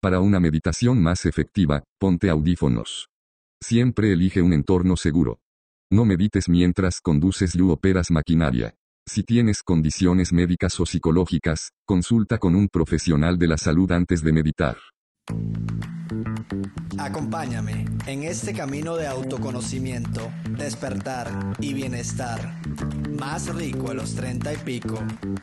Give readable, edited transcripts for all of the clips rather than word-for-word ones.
Para una meditación más efectiva, ponte audífonos. Siempre elige un entorno seguro. No medites mientras conduces u operas maquinaria. Si tienes condiciones médicas o psicológicas, consulta con un profesional de la salud antes de meditar. Acompáñame en este camino de autoconocimiento, despertar y bienestar. Más rico a los 30 y pico.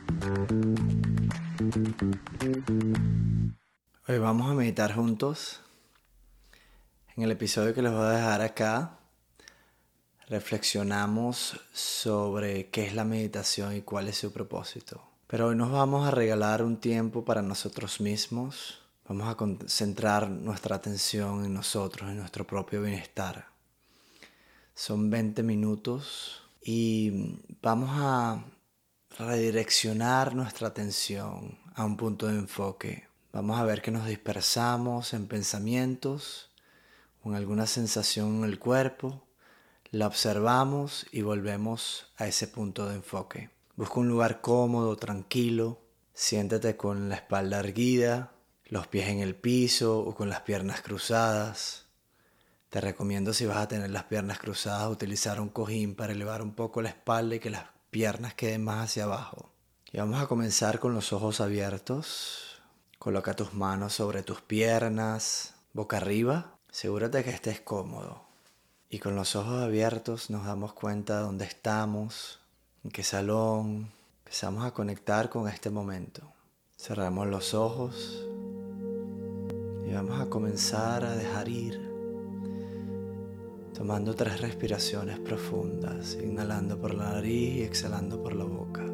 Hoy vamos a meditar juntos. En el episodio que les voy a dejar acá, reflexionamos sobre qué es la meditación y cuál es su propósito. Pero hoy nos vamos a regalar un tiempo para nosotros mismos. Vamos a concentrar nuestra atención en nosotros, en nuestro propio bienestar. Son 20 minutos y vamos a redireccionar nuestra atención a un punto de enfoque. Vamos a ver que nos dispersamos en pensamientos o en alguna sensación en el cuerpo. La observamos y volvemos a ese punto de enfoque. Busca un lugar cómodo, tranquilo. Siéntate con la espalda erguida, los pies en el piso o con las piernas cruzadas. Te recomiendo, si vas a tener las piernas cruzadas, utilizar un cojín para elevar un poco la espalda y que las piernas queden más hacia abajo. Y vamos a comenzar con los ojos abiertos. Coloca tus manos sobre tus piernas, boca arriba. Asegúrate que estés cómodo. Y con los ojos abiertos nos damos cuenta de dónde estamos, en qué salón. Empezamos a conectar con este momento. Cerramos los ojos y vamos a comenzar a dejar ir, tomando 3 respiraciones profundas, inhalando por la nariz y exhalando por la boca.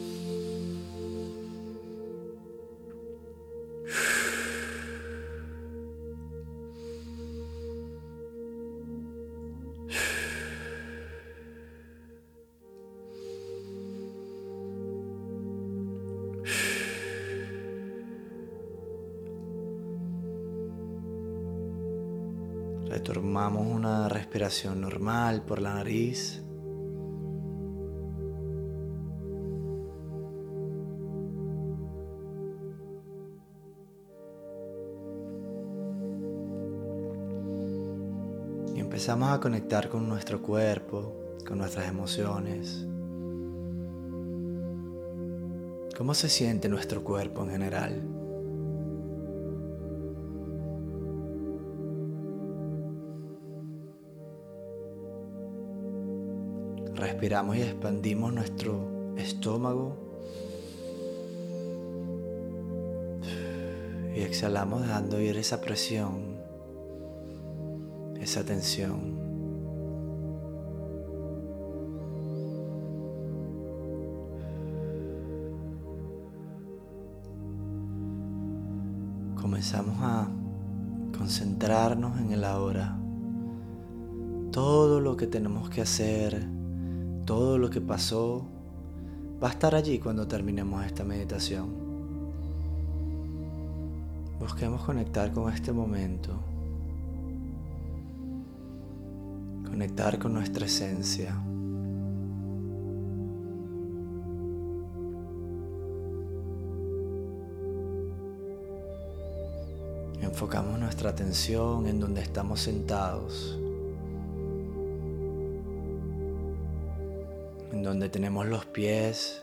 Retomamos una respiración normal por la nariz. Y empezamos a conectar con nuestro cuerpo, con nuestras emociones. ¿Cómo se siente nuestro cuerpo en general? Respiramos y expandimos nuestro estómago. Y exhalamos dejando ir esa presión, esa tensión. Comenzamos a concentrarnos en el ahora. Todo lo que tenemos que hacer, todo lo que pasó, va a estar allí cuando terminemos esta meditación. Busquemos conectar con este momento. Conectar con nuestra esencia. Enfocamos nuestra atención en donde estamos sentados, en donde tenemos los pies.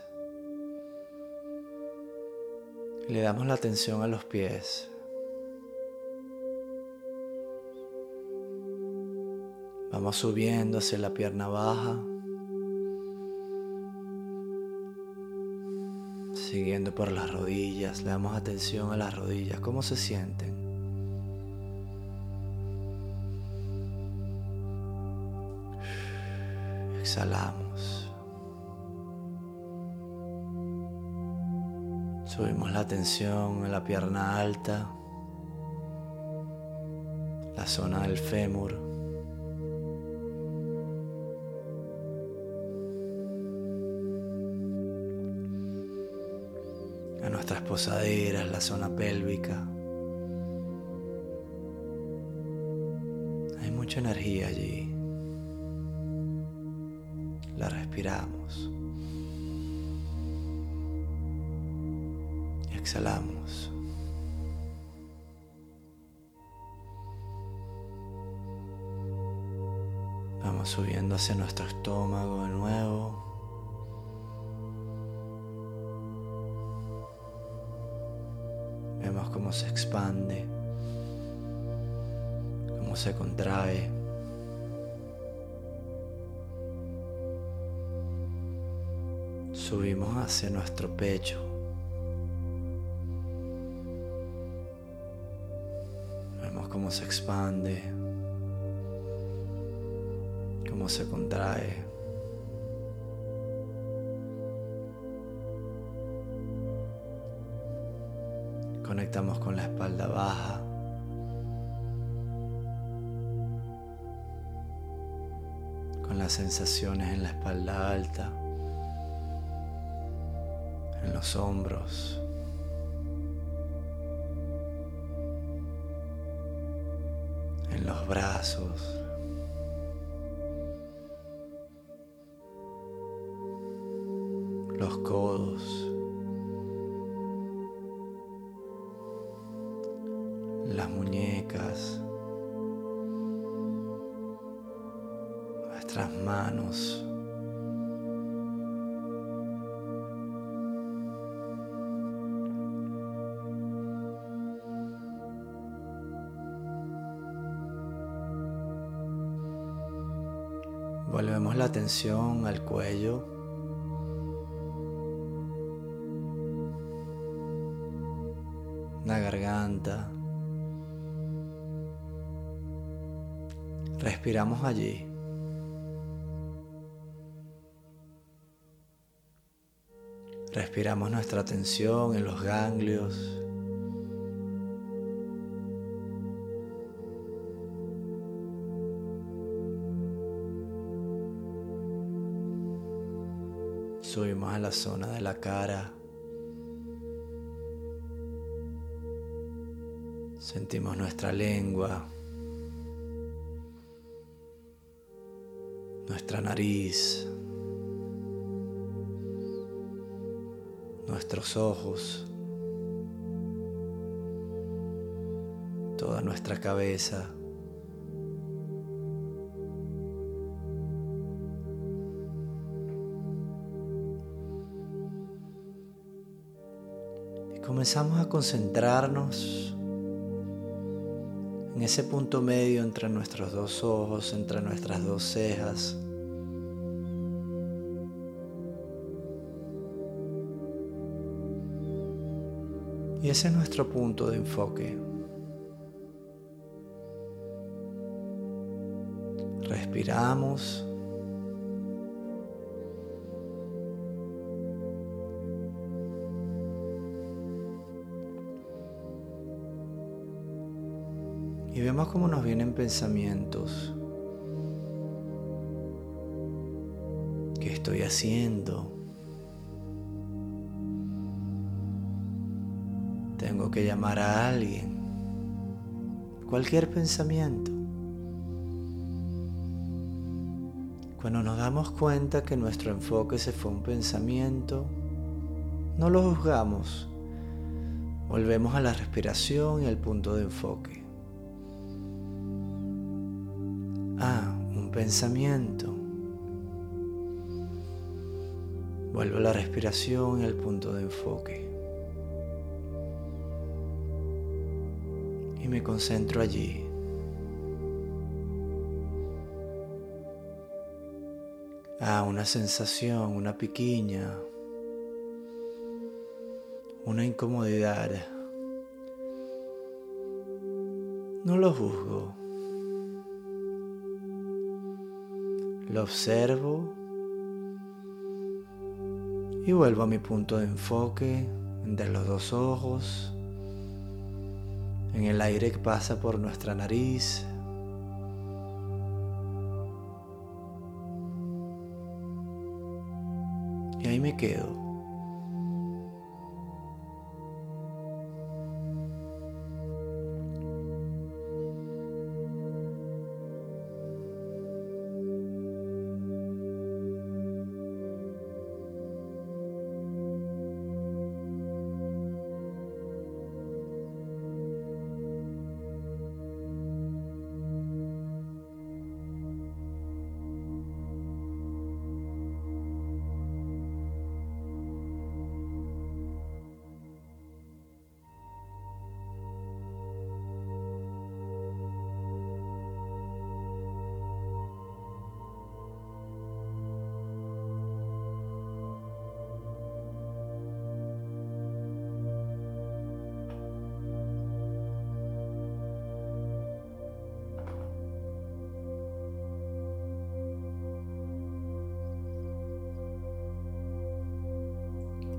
Le damos la atención a los pies. Vamos subiendo hacia la pierna baja, siguiendo por las rodillas. Le damos atención a las rodillas. ¿Cómo se sienten? Exhalamos. Subimos la atención a la pierna alta, la zona del fémur. A nuestras posaderas, la zona pélvica. Hay mucha energía allí. La respiramos. Y exhalamos. Vamos subiendo hacia nuestro estómago de nuevo. Vemos cómo se expande, cómo se contrae. Subimos hacia nuestro pecho. Vemos cómo se expande, cómo se contrae. Conectamos con la espalda baja. Con las sensaciones en la espalda alta. En los hombros. En los brazos. Los codos. Las muñecas. Nuestras manos. Volvemos la atención al cuello. La garganta. Respiramos allí. Respiramos nuestra atención en los ganglios. Subimos a la zona de la cara. Sentimos nuestra lengua, nuestra nariz, nuestros ojos, toda nuestra cabeza. Y comenzamos a concentrarnos en ese punto medio entre nuestros dos ojos, entre nuestras dos cejas. Y ese es nuestro punto de enfoque. Respiramos. Y vemos cómo nos vienen pensamientos. ¿Qué estoy haciendo? Tengo que llamar a alguien. Cualquier pensamiento. Cuando nos damos cuenta que nuestro enfoque se fue a un pensamiento, no lo juzgamos. Volvemos a la respiración y al punto de enfoque. Un pensamiento. Vuelvo a la respiración y al punto de enfoque. Y me concentro allí. Una sensación, una piquiña, una incomodidad. No lo juzgo. Lo observo y vuelvo a mi punto de enfoque entre los dos ojos, en el aire que pasa por nuestra nariz. Y ahí me quedo.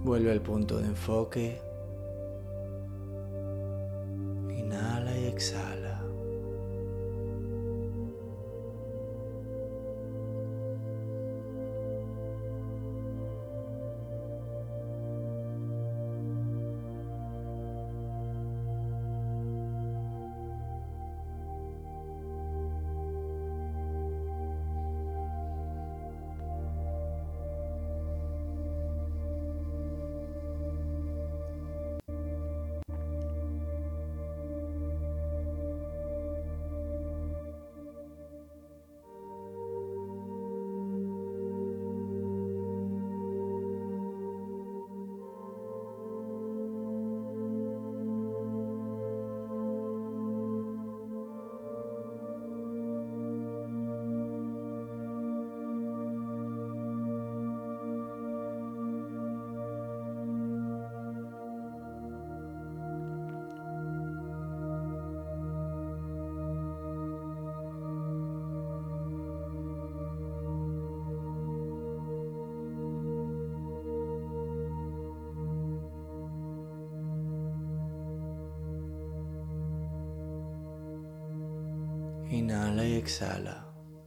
Vuelve al punto de enfoque. Inhala y exhala. Inhala y exhala.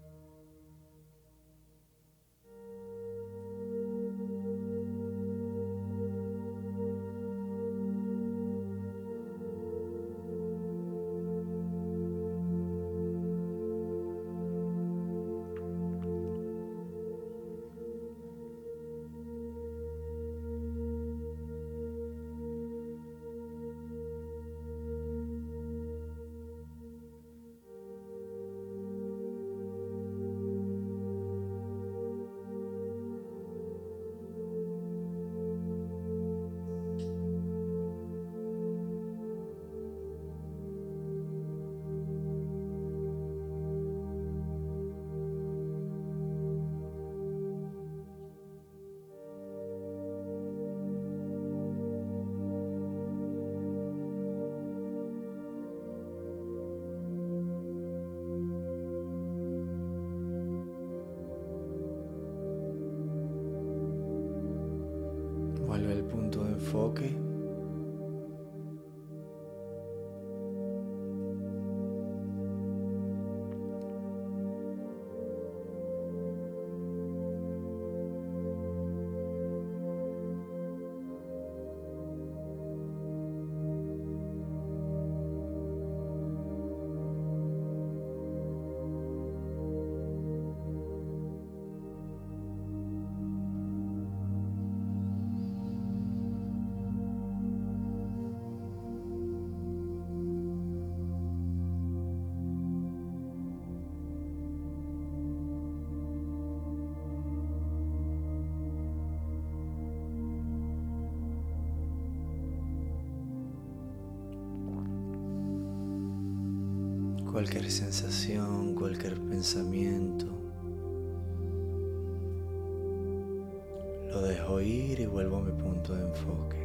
Vuelve al punto de enfoque. Cualquier sensación, cualquier pensamiento, lo dejo ir y vuelvo a mi punto de enfoque.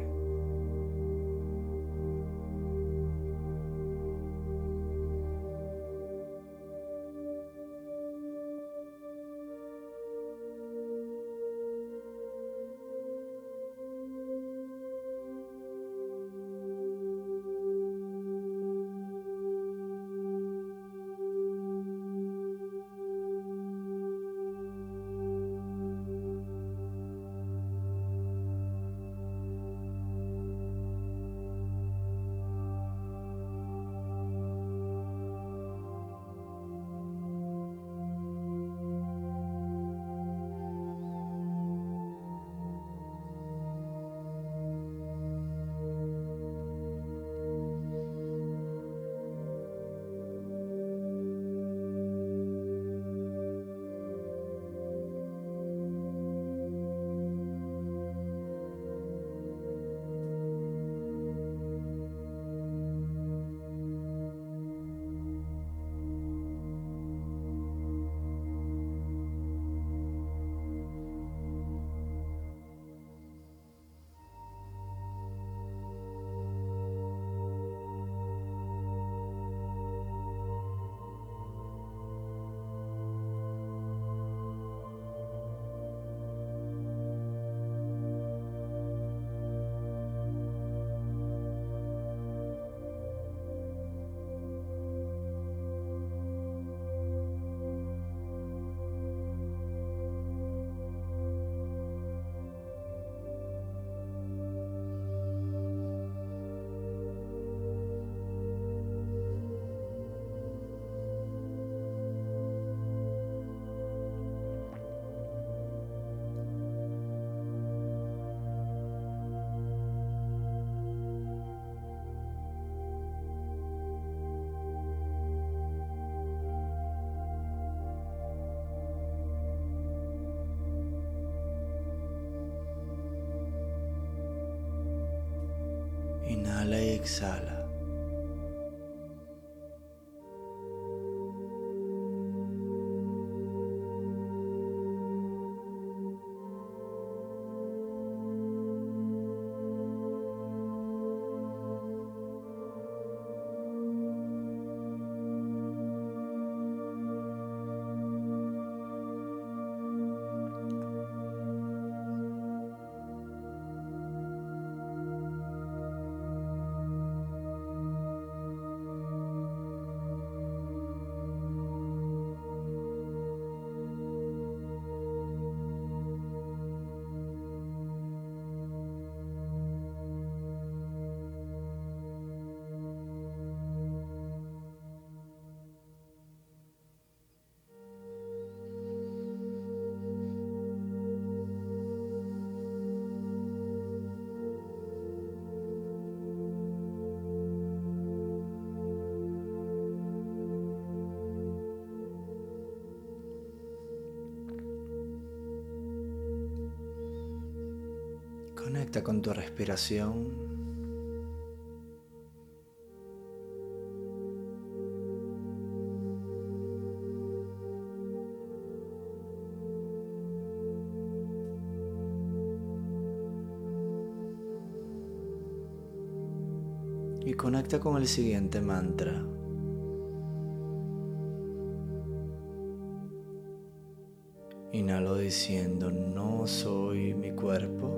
exhala. Conecta con tu respiración. Y conecta con el siguiente mantra. Inhalo diciendo: no soy mi cuerpo.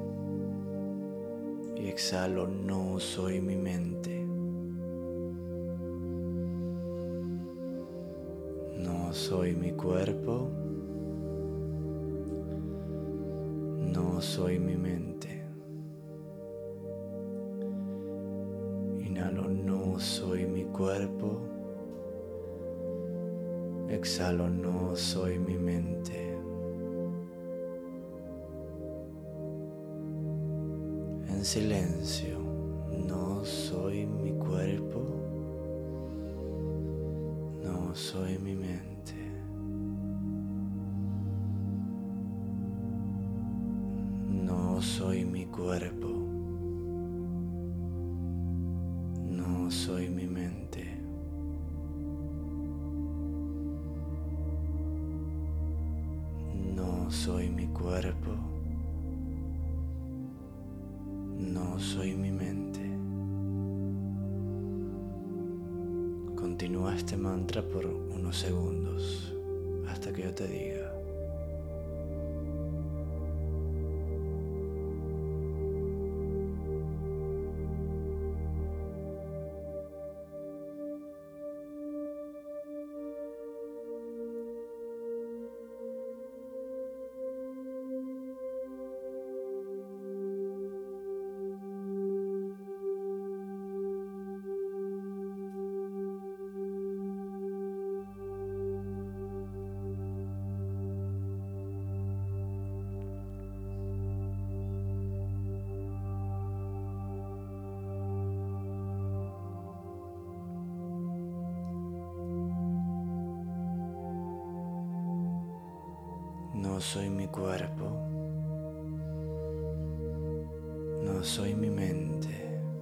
Y exhalo: no soy mi mente. No soy mi cuerpo. No soy mi mente. Inhalo: no soy mi cuerpo. Exhalo: no soy mi mente. En silencio: no soy mi cuerpo. No soy mi mente. No soy mi cuerpo. No soy mi mente. No soy mi cuerpo. No soy mi mente. Continúa este mantra por unos segundos hasta que yo te diga. No soy mi cuerpo. No soy mi mente.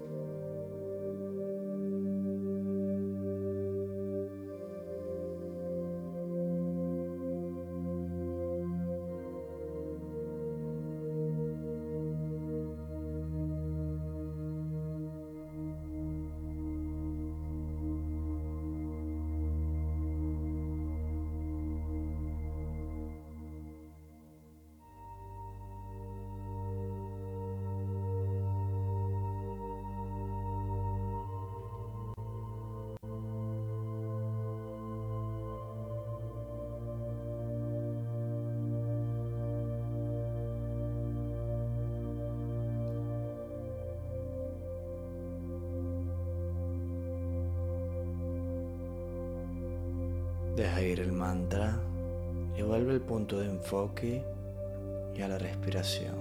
Deja ir el mantra y vuelve el punto de enfoque y a la respiración.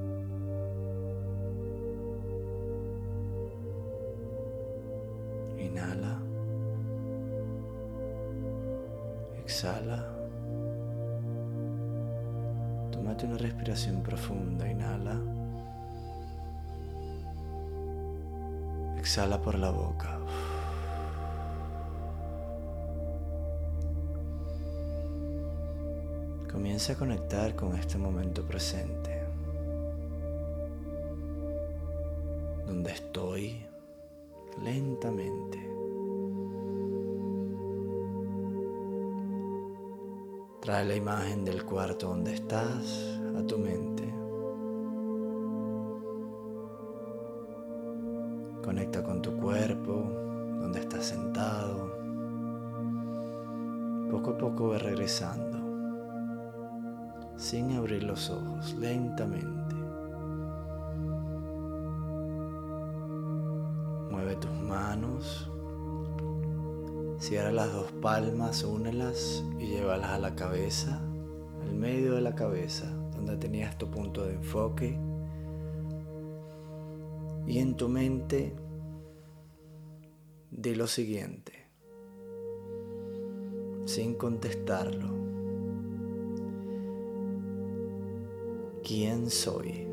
Inhala. Exhala. Tómate una respiración profunda. Inhala. Exhala por la boca. Comienza a conectar con este momento presente, donde estoy lentamente. Trae la imagen del cuarto donde estás a tu mente. Conecta con tu cuerpo, donde estás sentado. Poco a poco ve regresando, sin abrir los ojos, lentamente. Mueve tus manos. Cierra las dos palmas, únelas y llévalas a la cabeza, al medio de la cabeza, donde tenías tu punto de enfoque. Y en tu mente, di lo siguiente, sin contestarlo. ¿Quién soy?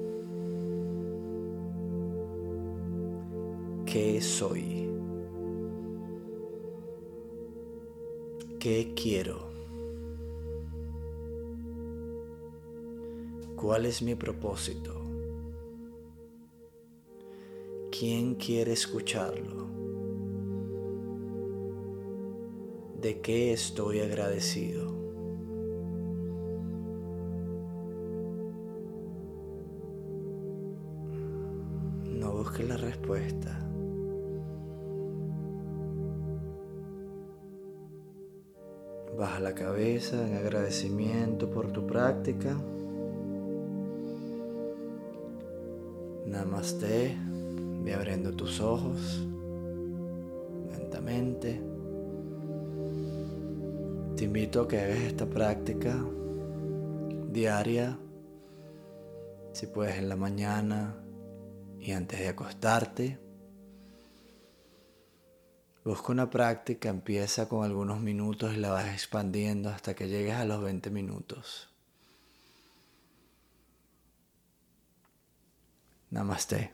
¿Qué soy? ¿Qué quiero? ¿Cuál es mi propósito? ¿Quién quiere escucharlo? ¿De qué estoy agradecido? No busques la respuesta. Baja la cabeza en agradecimiento por tu práctica. Namaste. Ve abriendo tus ojos lentamente. Te invito a que hagas esta práctica diaria, si puedes en la mañana y antes de acostarte. Busca una práctica, empieza con algunos minutos y la vas expandiendo hasta que llegues a los 20 minutos. Namaste.